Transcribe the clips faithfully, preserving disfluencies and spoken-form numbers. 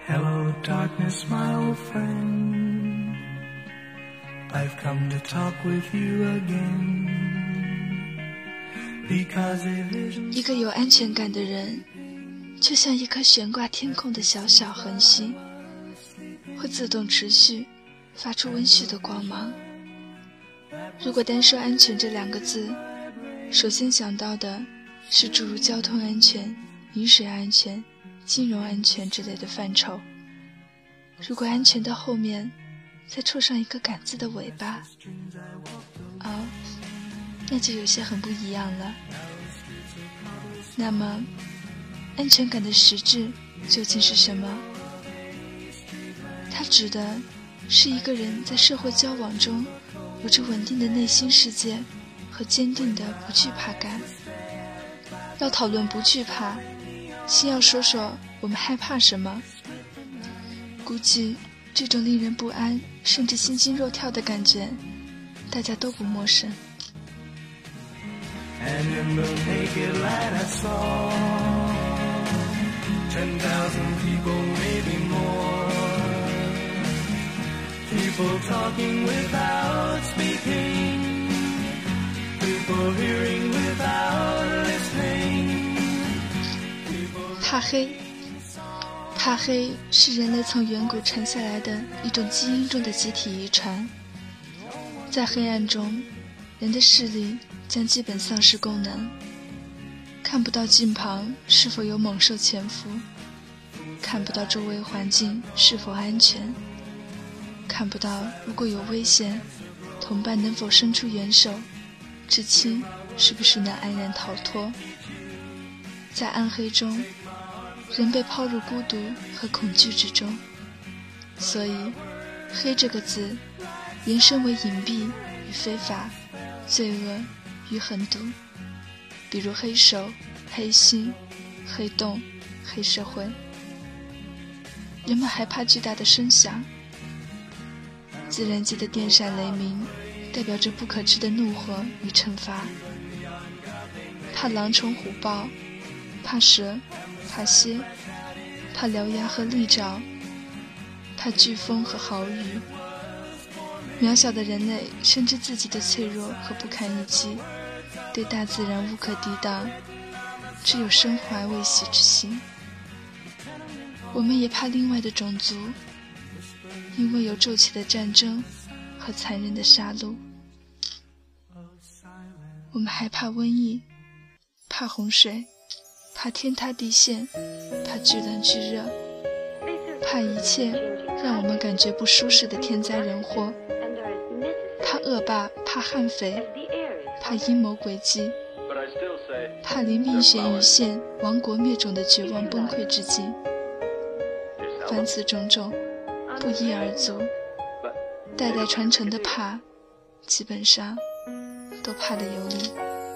Hello darkness, my old friend. I've come to talk with you again. Because a vision... 一个有安全感的人，就像一颗悬挂天空的小小恒星，会自动持续发出温煦的光芒。如果单说安全这两个字，首先想到的是诸如交通安全、饮水安全、金融安全之类的范畴。如果安全的后面再凑上一个感字的尾巴，哦，那就有些很不一样了。那么安全感的实质究竟是什么？它指的是一个人在社会交往中有着稳定的内心世界和坚定的不惧怕感。要讨论不惧怕，先要说说我们害怕什么。估计这种令人不安甚至心惊肉跳的感觉大家都不陌生。 And in the naked light I saw ten thousand people, maybe more. People talking without speaking. People hearing without listening. 怕黑，怕黑是人类从远古传下来的一种基因中的集体遗传。在黑暗中，人的视力将基本丧失功能，看不到近旁是否有猛兽潜伏，看不到周围环境是否安全，看不到如果有危险，同伴能否伸出援手，至亲是不是能安然逃脱。在暗黑中，人被抛入孤独和恐惧之中，所以黑这个字延伸为隐蔽与非法、罪恶与狠毒，比如黑手、黑心、黑洞、黑社会。人们害怕巨大的声响，自然界的电闪雷鸣代表着不可知的怒火与惩罚。怕狼虫虎豹，怕蛇，怕蝎，怕獠牙和利爪，怕飓风和豪雨。渺小的人类深知自己的脆弱和不堪一击，对大自然无可抵挡，只有身怀未喜之心。我们也怕另外的种族，因为有骤起的战争和残忍的杀戮。我们还怕瘟疫，怕洪水，怕天塌地陷，怕巨冷巨热，怕一切让我们感觉不舒适的天灾人祸，怕恶霸，怕悍匪，怕阴谋诡计，怕离命悬一线、亡国灭种的绝望崩溃之际。凡此种种，不一而足，代代传承的怕，基本上都怕得有理。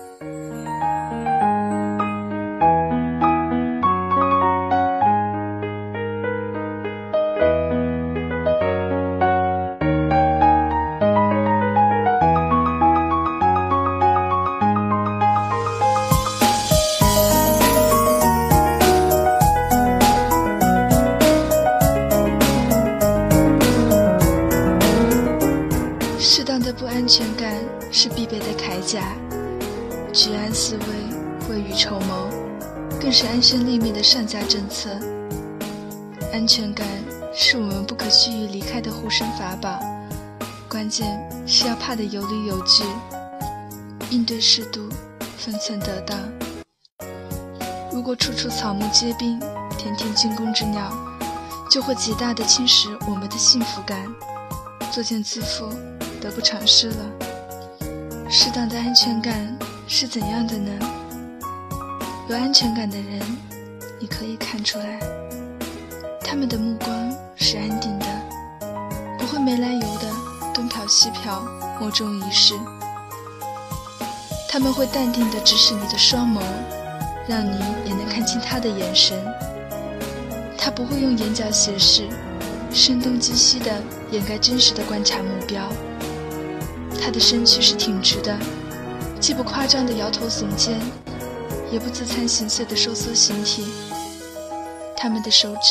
安全感是必备的铠甲，居安思危，未雨绸缪，更是安身立命的上佳政策。安全感是我们不可须臾离开的护身法宝，关键是要怕得有理有据，应对适度，分寸得当。如果处处草木皆兵，天天惊弓之鸟，就会极大地侵蚀我们的幸福感，作茧自缚，得不偿失了。适当的安全感是怎样的呢？有安全感的人，你可以看出来，他们的目光是安定的，不会没来由的东瞟西瞟，莫衷一是。他们会淡定地直视你的双眸，让你也能看清他的眼神。他不会用眼角斜视，声东击西地掩盖真实的观察目标。他的身躯是挺直的，既不夸张地摇头耸肩，也不自惭形秽地收缩形体。他们的手指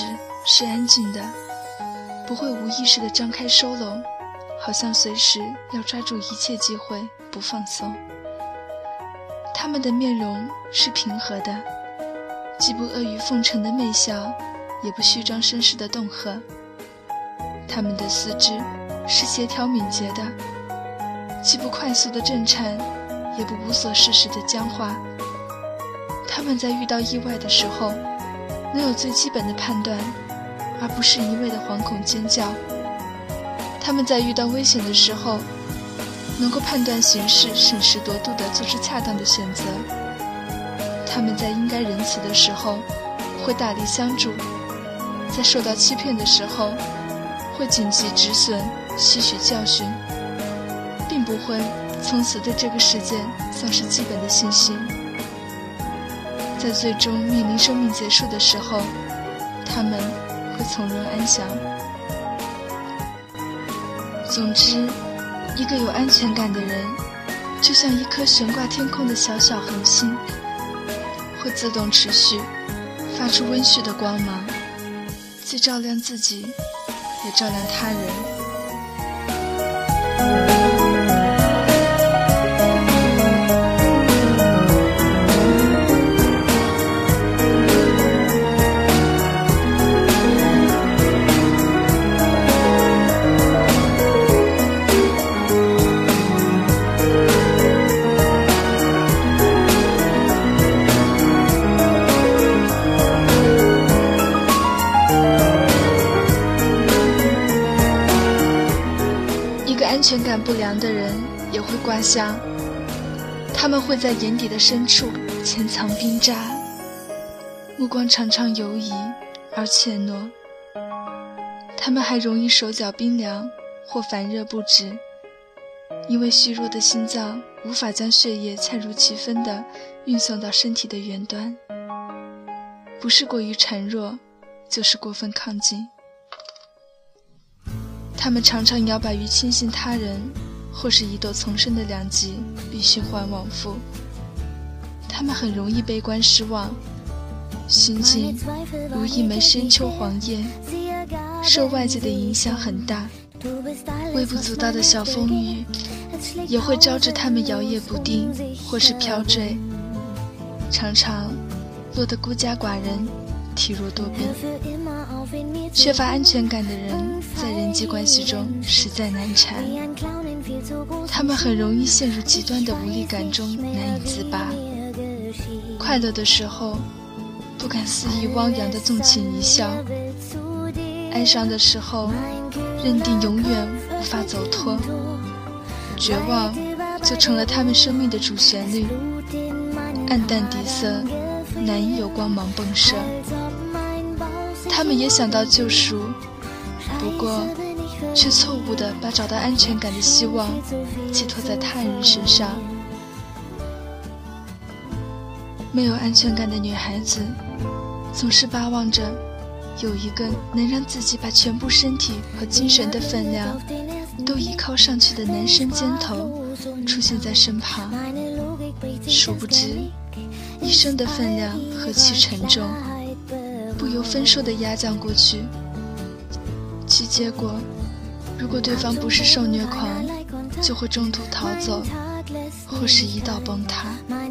是安静的，不会无意识地张开收拢，好像随时要抓住一切机会不放松。他们的面容是平和的，既不阿谀奉承的媚笑，也不虚张声势的恫吓。他们的四肢是协调敏捷的，既不快速的震颤，也不无所事事的僵化。他们在遇到意外的时候，能有最基本的判断，而不是一味的惶恐尖叫。他们在遇到危险的时候，能够判断形势，审时度度地做出恰当的选择。他们在应该仁慈的时候，会大力相助；在受到欺骗的时候，会谨记止损，吸取教训，并不会从此对这个世界丧失基本的信心。在最终面临生命结束的时候，他们会从容安详。总之，一个有安全感的人，就像一颗悬挂天空的小小恒星，会自动持续发出温煦的光芒，既照亮自己，也照亮他人。安全感不良的人也会卦象，他们会在眼底的深处潜藏冰渣，目光常常游移而怯懦。他们还容易手脚冰凉或烦热不止，因为虚弱的心脏无法将血液恰如其分地运送到身体的源端，不是过于孱弱，就是过分亢进。他们常常摇摆于轻信他人，或是疑窦丛生的两极，必循环往复。他们很容易悲观失望，心境如一枚深秋黄叶，受外界的影响很大，微不足道的小风雨也会招致他们摇曳不定，或是飘坠，常常落得孤家寡人，体弱多病。缺乏安全感的人在人际关系中实在难缠，他们很容易陷入极端的无力感中难以自拔。快乐的时候不敢肆意汪洋地纵情一笑，哀伤的时候认定永远无法走脱，绝望就成了他们生命的主旋律，暗淡底色难以有光芒迸射。他们也想到救赎，不过却错误地把找到安全感的希望寄托在他人身上。没有安全感的女孩子总是巴望着有一个能让自己把全部身体和精神的分量都依靠上去的男生肩头出现在身旁，殊不知一生的分量何其沉重，不由分说地压降过去，其结果如果对方不是受虐狂，就会中途逃走，或是一道崩塌。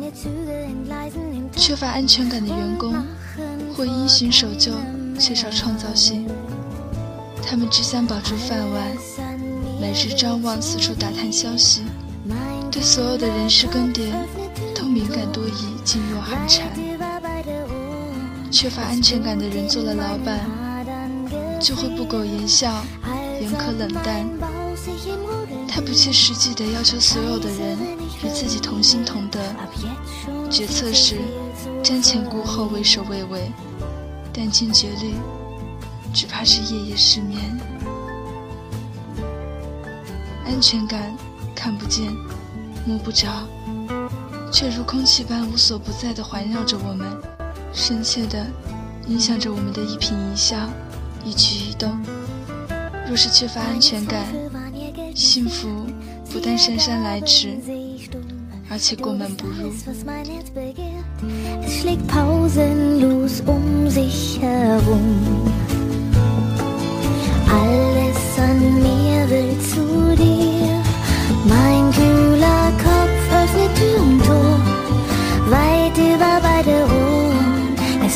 缺乏安全感的员工会因循守旧，缺少创造性，他们只想保住饭碗，每日张望四处打探消息，对所有的人事更迭都敏感多疑，噤若寒蝉。缺乏安全感的人做了老板，就会不苟言笑，严苛冷淡，他不切实际地要求所有的人与自己同心同德，决策时瞻前顾后，畏首畏尾，殚精竭虑，只怕是夜夜失眠。安全感看不见摸不着，却如空气般无所不在地环绕着我们，深切地影响着我们的一颦一笑，一举一动。若是缺乏安全感，幸福不但姗姗来迟，而且过门不入。 Es schlägt pausenlos um sich herum.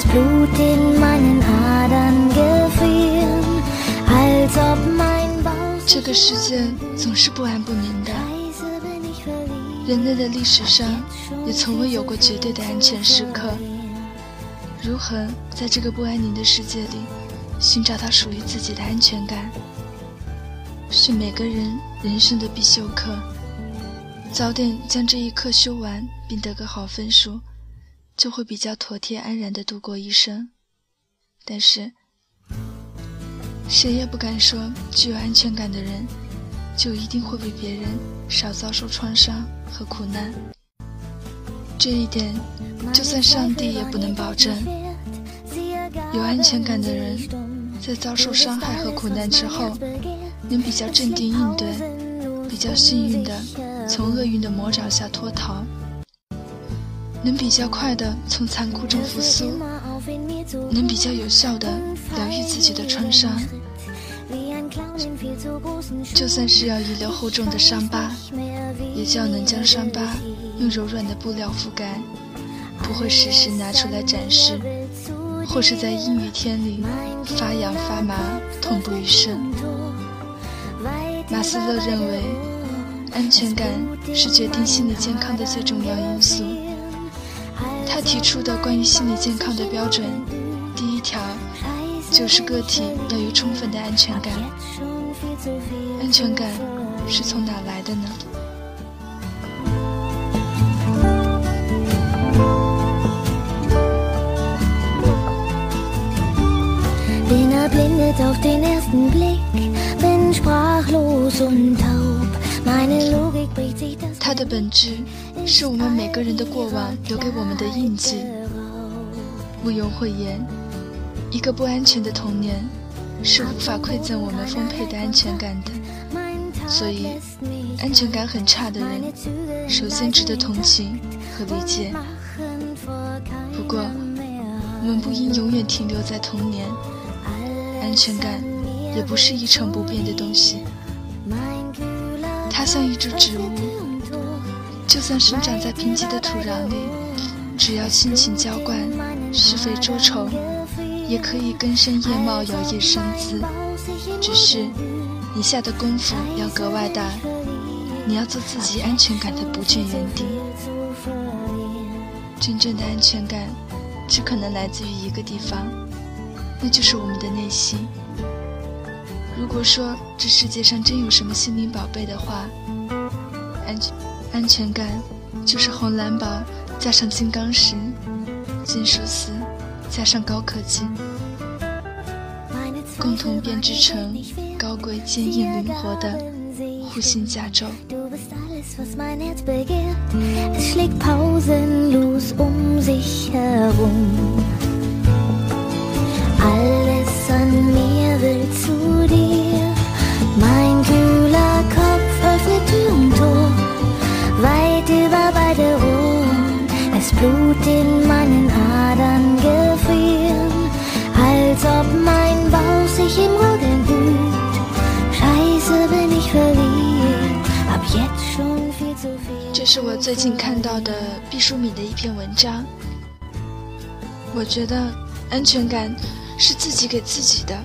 Blut in meinen Adern gefrieren, als ob mein Bauch 这个世界总是不安不宁的，人类的历史上也从未有过绝对的安全时刻。如何在这个不安宁的世界里寻找到属于自己的安全感，是每个人人生的必修课。早点将这一课修完并得个好分数，就会比较妥帖安然地度过一生。但是谁也不敢说具有安全感的人就一定会比别人少遭受创伤和苦难，这一点就算上帝也不能保证。有安全感的人在遭受伤害和苦难之后，能比较镇定应对，比较幸运地从厄运的魔爪下脱逃，能比较快地从残酷中复苏，能比较有效地疗愈自己的创伤。就算是要遗留厚重的伤疤，也较能将伤疤用柔软的布料覆盖，不会时时拿出来展示，或是在阴雨天里发痒发麻，痛不欲生。马斯勒认为，安全感是决定心理健康的最重要因素。他提出的关于心理健康的标准，第一条就是个体要有充分的安全感。安全感是从哪来的呢？ Bin erblindet auf den ersten Blick, bin sprachlos und taub. Meine Logik bricht sich das 它的本质是我们每个人的过往留给我们的印记。毋庸讳言，一个不安全的童年是无法馈赠我们丰沛的安全感的。所以，安全感很差的人，首先值得同情和理解。不过，我们不应永远停留在童年。安全感也不是一成不变的东西，它像一株植物，就算生长在贫瘠的土壤里，只要辛勤浇灌，施肥捉虫，也可以根深叶茂，摇曳生姿。只是你下的功夫要格外大，你要做自己安全感的不倦园地。真正的安全感只可能来自于一个地方，那就是我们的内心。如果说这世界上真有什么心灵宝贝的话，安全安全感就是红蓝宝加上金刚石，金属丝加上高科技，共同编织成高贵坚硬灵活的护心甲胄。 Du bist alles, was mein Herz begehrt. Es schlägt pausenlos um sich herum. Alles an mir will zu dir. Mein kühler Kopf öffnet Tür und Tor, weit über beide Ohren. Es Blut in meinen Adern gefrieren, als ob mein Bauch sich im Rot entglüht. Scheiße, bin ich verliebt, ab jetzt schon viel zu viel. 这是我最近看到的毕淑敏的一篇文章。我觉得安全感是自己给自己的。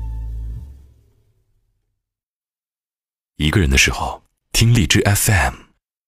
一个人的时候，听荔枝 F M。